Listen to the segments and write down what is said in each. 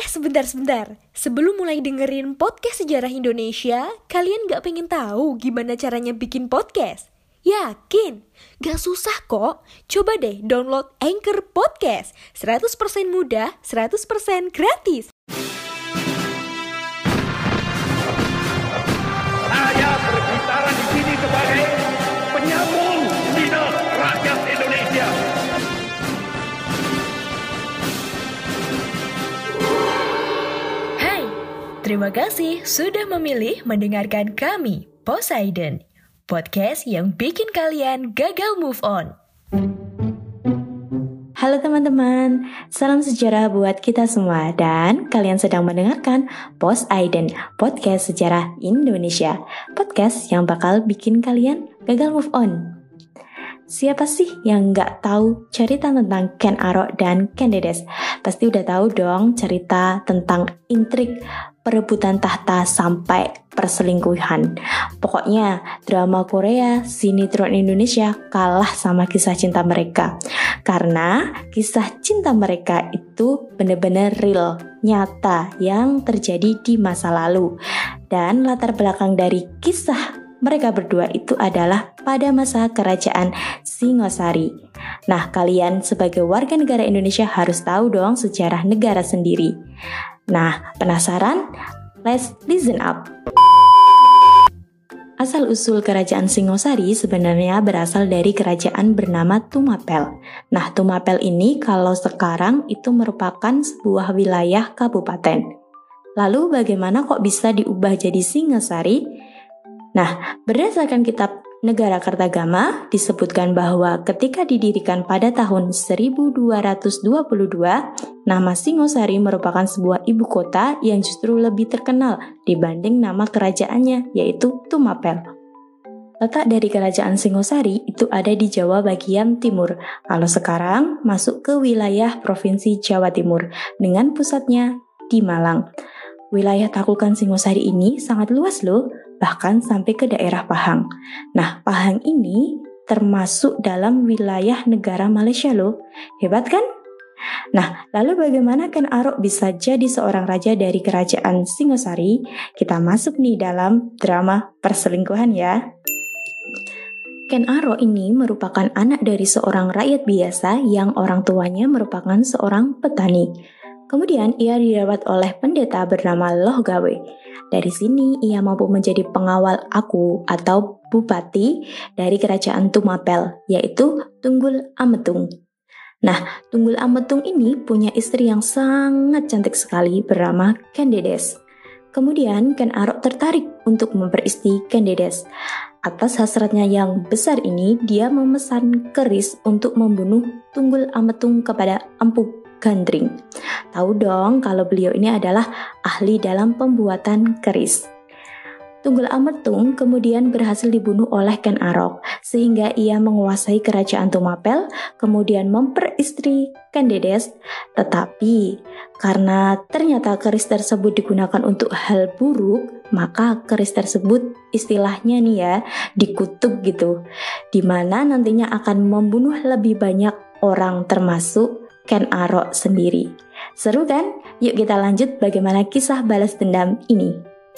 Sebentar. Sebelum mulai dengerin podcast sejarah Indonesia, kalian gak pengen tahu gimana caranya bikin podcast? Yakin? Gak susah kok. Coba deh download Anchor Podcast. 100% mudah, 100% gratis. Saya berbicara di sini sebagai penyambung lidah rakyat Indonesia. Hai, terima kasih sudah memilih mendengarkan kami, Poseidon, podcast yang bikin kalian gagal move on. Halo teman-teman, salam sejarah buat kita semua dan kalian sedang mendengarkan Poseidon, podcast sejarah Indonesia, podcast yang bakal bikin kalian gagal move on. Siapa sih yang nggak tahu cerita tentang Ken Arok dan Candides? Pasti udah tahu dong cerita tentang intrik perebutan tahta sampai perselingkuhan. Pokoknya drama Korea, sinetron Indonesia kalah sama kisah cinta mereka. Karena kisah cinta mereka itu benar-benar real, nyata yang terjadi di masa lalu. Dan latar belakang dari kisah mereka berdua itu adalah pada masa kerajaan Singosari. Nah, kalian sebagai warga negara Indonesia harus tahu dong sejarah negara sendiri. Nah, penasaran? Let's listen up. Asal-usul kerajaan Singosari sebenarnya berasal dari kerajaan bernama Tumapel. Nah, Tumapel ini kalau sekarang itu merupakan sebuah wilayah kabupaten. Lalu bagaimana kok bisa diubah jadi Singosari? Nah, berdasarkan kitab Negara Kertagama disebutkan bahwa ketika didirikan pada tahun 1222, nama Singosari merupakan sebuah ibu kota yang justru lebih terkenal dibanding nama kerajaannya, yaitu Tumapel. Letak dari kerajaan Singosari itu ada di Jawa bagian timur, kalau sekarang masuk ke wilayah Provinsi Jawa Timur dengan pusatnya di Malang. Wilayah taklukan Singosari ini sangat luas loh, bahkan sampai ke daerah Pahang. Nah, Pahang ini termasuk dalam wilayah negara Malaysia loh. Hebat kan? Nah, lalu bagaimana Ken Arok bisa jadi seorang raja dari kerajaan Singosari? Kita masuk nih dalam drama perselingkuhan ya. Ken Arok ini merupakan anak dari seorang rakyat biasa yang orang tuanya merupakan seorang petani. Kemudian ia dirawat oleh pendeta bernama Loh Gawe. Dari sini ia mampu menjadi pengawal aku atau bupati dari kerajaan Tumapel, yaitu Tunggul Ametung. Nah, Tunggul Ametung ini punya istri yang sangat cantik sekali bernama Candides. Kemudian Ken Arok tertarik untuk memperistri Candides. Atas hasratnya yang besar ini, dia memesan keris untuk membunuh Tunggul Ametung kepada Empu Gandring. Tahu dong kalau beliau ini adalah ahli dalam pembuatan keris. Tunggul Ametung kemudian berhasil dibunuh oleh Ken Arok sehingga ia menguasai kerajaan Tumapel, kemudian memperistri Candides. Tetapi karena ternyata keris tersebut digunakan untuk hal buruk, maka keris tersebut istilahnya nih ya dikutuk gitu, dimana nantinya akan membunuh lebih banyak orang termasuk Ken Arok sendiri. Seru kan? Yuk kita lanjut bagaimana kisah balas dendam ini.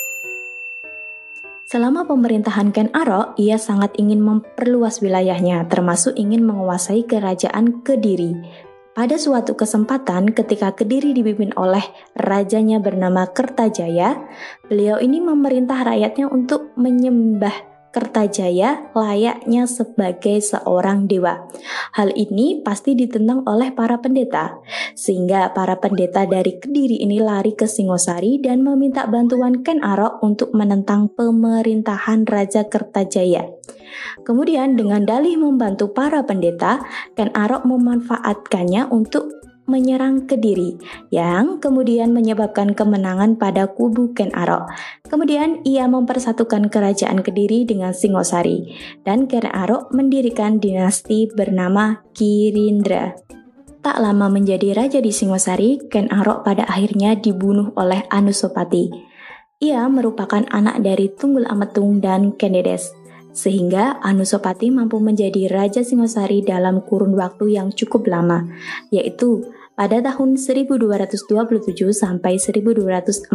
Selama pemerintahan Ken Arok, ia sangat ingin memperluas wilayahnya, termasuk ingin menguasai kerajaan Kediri. Pada suatu kesempatan ketika Kediri dipimpin oleh rajanya bernama Kertajaya, beliau ini memerintah rakyatnya untuk menyembah Kertajaya layaknya sebagai seorang dewa. Hal ini pasti ditentang oleh para pendeta, sehingga para pendeta dari Kediri ini lari ke Singosari dan meminta bantuan Ken Arok untuk menentang pemerintahan Raja Kertajaya. Kemudian dengan dalih membantu para pendeta, Ken Arok memanfaatkannya untuk menyerang Kediri, yang kemudian menyebabkan kemenangan pada kubu Ken Arok. Kemudian ia mempersatukan kerajaan Kediri dengan Singosari, dan Ken Arok mendirikan dinasti bernama Kirindra. Tak lama menjadi raja di Singosari, Ken Arok pada akhirnya dibunuh oleh Anusapati. Ia merupakan anak dari Tunggul Ametung dan Candides, sehingga Anusapati mampu menjadi raja Singosari dalam kurun waktu yang cukup lama, yaitu pada tahun 1227 sampai 1248.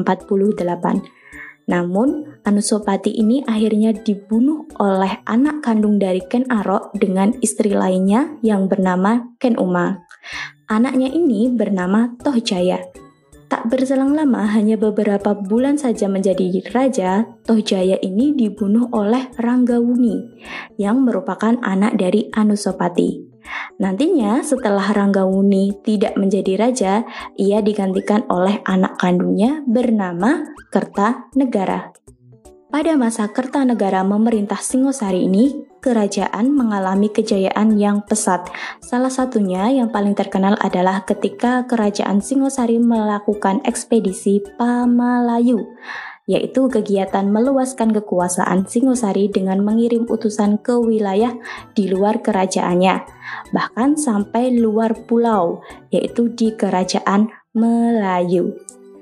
Namun, Anusapati ini akhirnya dibunuh oleh anak kandung dari Ken Arok dengan istri lainnya yang bernama Ken Uma. Anaknya ini bernama Tohjaya. Tak berselang lama, hanya beberapa bulan saja menjadi raja, Tohjaya ini dibunuh oleh Ranggawuni yang merupakan anak dari Anusapati. Nantinya setelah Ranggawuni tidak menjadi raja, ia digantikan oleh anak kandungnya bernama Kertanegara. Pada masa Kertanegara memerintah Singosari ini, kerajaan mengalami kejayaan yang pesat. Salah satunya yang paling terkenal adalah ketika kerajaan Singosari melakukan ekspedisi Pamalayu, yaitu kegiatan meluaskan kekuasaan Singosari dengan mengirim utusan ke wilayah di luar kerajaannya, bahkan sampai luar pulau, yaitu di kerajaan Melayu.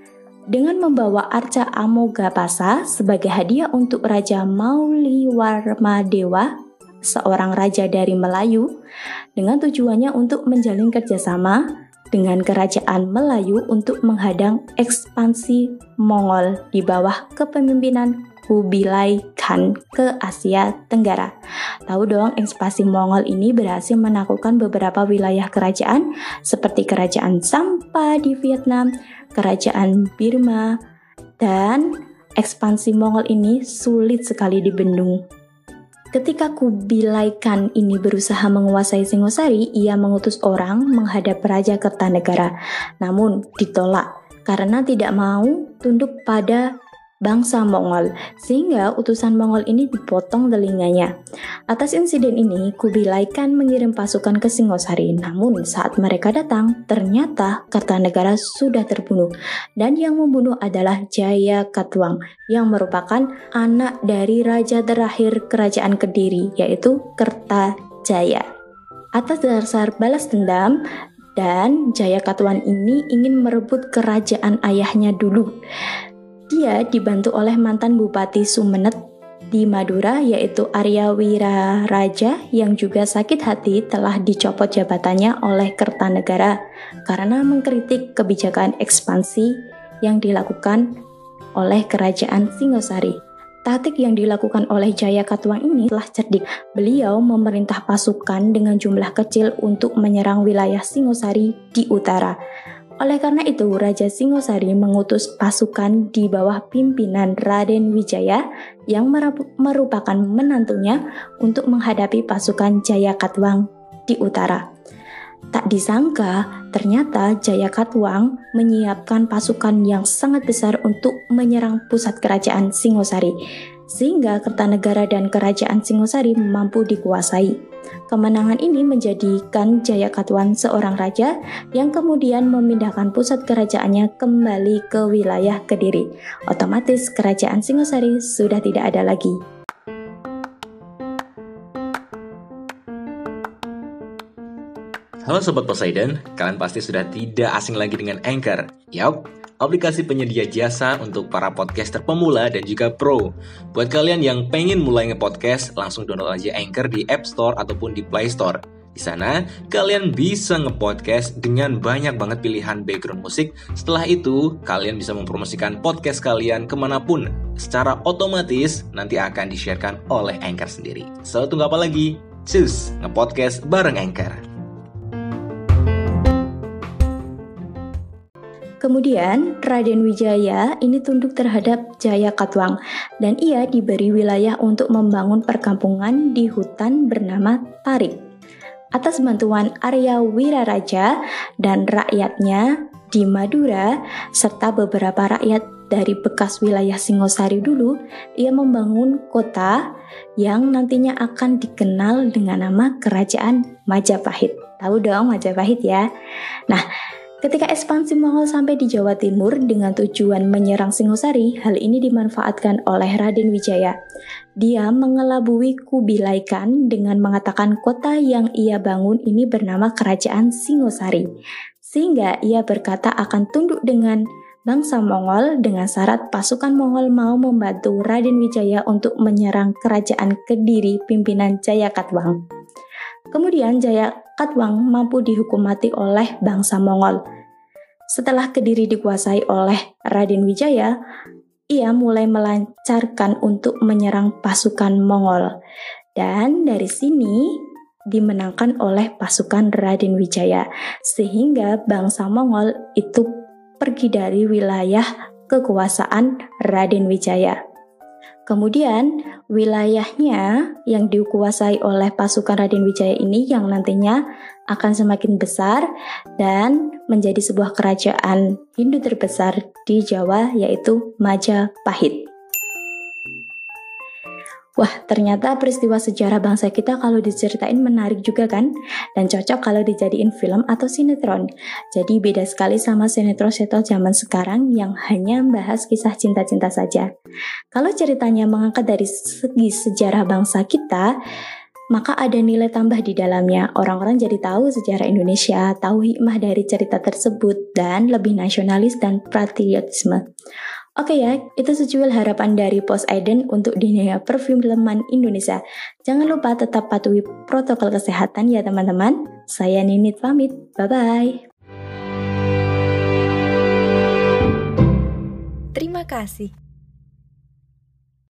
Dengan membawa arca Amogapasa sebagai hadiah untuk Raja Mauliwarmadewa, seorang raja dari Melayu, dengan tujuannya untuk menjalin kerjasama dengan kerajaan Melayu untuk menghadang ekspansi Mongol di bawah kepemimpinan Kubilai Khan ke Asia Tenggara. Tahu dong, ekspansi Mongol ini berhasil menaklukkan beberapa wilayah kerajaan seperti kerajaan Sampa di Vietnam, kerajaan Burma, dan ekspansi Mongol ini sulit sekali dibendung. Ketika Kubilai Khan ini berusaha menguasai Singosari, ia mengutus orang menghadap Raja Kertanegara, namun ditolak karena tidak mau tunduk pada bangsa Mongol, sehingga utusan Mongol ini dipotong telinganya. Atas insiden ini, Kubilai Khan mengirim pasukan ke Singosari, namun saat mereka datang, ternyata Kertanegara sudah terbunuh, dan yang membunuh adalah Jayakatwang, yang merupakan anak dari raja terakhir kerajaan Kediri, yaitu Kertajaya. Atas dasar balas dendam, dan Jayakatwang ini ingin merebut kerajaan ayahnya dulu. Dia dibantu oleh mantan Bupati Sumenet di Madura, yaitu Arya Wiraraja, yang juga sakit hati telah dicopot jabatannya oleh Kertanegara karena mengkritik kebijakan ekspansi yang dilakukan oleh kerajaan Singosari. Taktik yang dilakukan oleh Jayakatwang ini telah cerdik. Beliau memerintah pasukan dengan jumlah kecil untuk menyerang wilayah Singosari di utara. Oleh karena itu, Raja Singosari mengutus pasukan di bawah pimpinan Raden Wijaya yang merupakan menantunya untuk menghadapi pasukan Jayakatwang di utara. Tak disangka, ternyata Jayakatwang menyiapkan pasukan yang sangat besar untuk menyerang pusat kerajaan Singosari, sehingga Kertanegara dan kerajaan Singosari mampu dikuasai. Kemenangan ini menjadikan Jayakatwang seorang raja yang kemudian memindahkan pusat kerajaannya kembali ke wilayah Kediri. Otomatis kerajaan Singosari sudah tidak ada lagi. Halo Sobat Poseidon, kalian pasti sudah tidak asing lagi dengan Anchor. Yap, aplikasi penyedia jasa untuk para podcaster pemula dan juga pro. Buat kalian yang pengen mulai nge-podcast, langsung download aja Anchor di App Store ataupun di Play Store. Di sana, kalian bisa nge-podcast dengan banyak banget pilihan background musik. Setelah itu, kalian bisa mempromosikan podcast kalian kemanapun. Secara otomatis, nanti akan di-sharekan oleh Anchor sendiri. So, tunggu apa lagi? Cus, nge-podcast bareng Anchor. Kemudian, Raden Wijaya ini tunduk terhadap Jayakatwang dan ia diberi wilayah untuk membangun perkampungan di hutan bernama Tarik. Atas bantuan Arya Wiraraja dan rakyatnya di Madura, serta beberapa rakyat dari bekas wilayah Singosari dulu, ia membangun kota yang nantinya akan dikenal dengan nama Kerajaan Majapahit. Tahu dong Majapahit ya? Nah, ketika ekspansi Mongol sampai di Jawa Timur dengan tujuan menyerang Singosari, hal ini dimanfaatkan oleh Raden Wijaya. Dia mengelabui Kubilai Khan dengan mengatakan kota yang ia bangun ini bernama Kerajaan Singosari. Sehingga ia berkata akan tunduk dengan bangsa Mongol dengan syarat pasukan Mongol mau membantu Raden Wijaya untuk menyerang kerajaan Kediri pimpinan Jayakatwang. Kemudian Jayakatwang Katwang mampu dihukum mati oleh bangsa Mongol. Setelah Kediri dikuasai oleh Raden Wijaya, ia mulai melancarkan untuk menyerang pasukan Mongol. Dan dari sini dimenangkan oleh pasukan Raden Wijaya, sehingga bangsa Mongol itu pergi dari wilayah kekuasaan Raden Wijaya. Kemudian wilayahnya yang dikuasai oleh pasukan Raden Wijaya ini yang nantinya akan semakin besar dan menjadi sebuah kerajaan Hindu terbesar di Jawa, yaitu Majapahit. Wah, ternyata peristiwa sejarah bangsa kita kalau diceritain menarik juga kan? Dan cocok kalau dijadiin film atau sinetron. Jadi beda sekali sama sinetron-sinetron zaman sekarang yang hanya membahas kisah cinta-cinta saja. Kalau ceritanya mengangkat dari segi sejarah bangsa kita, maka ada nilai tambah di dalamnya. Orang-orang jadi tahu sejarah Indonesia, tahu hikmah dari cerita tersebut, dan lebih nasionalis dan patriotisme. Oke ya, itu secuil harapan dari Poseidon untuk dunia perfilman Indonesia. Jangan lupa tetap patuhi protokol kesehatan ya teman-teman. Saya Ninit pamit, bye-bye. Terima kasih.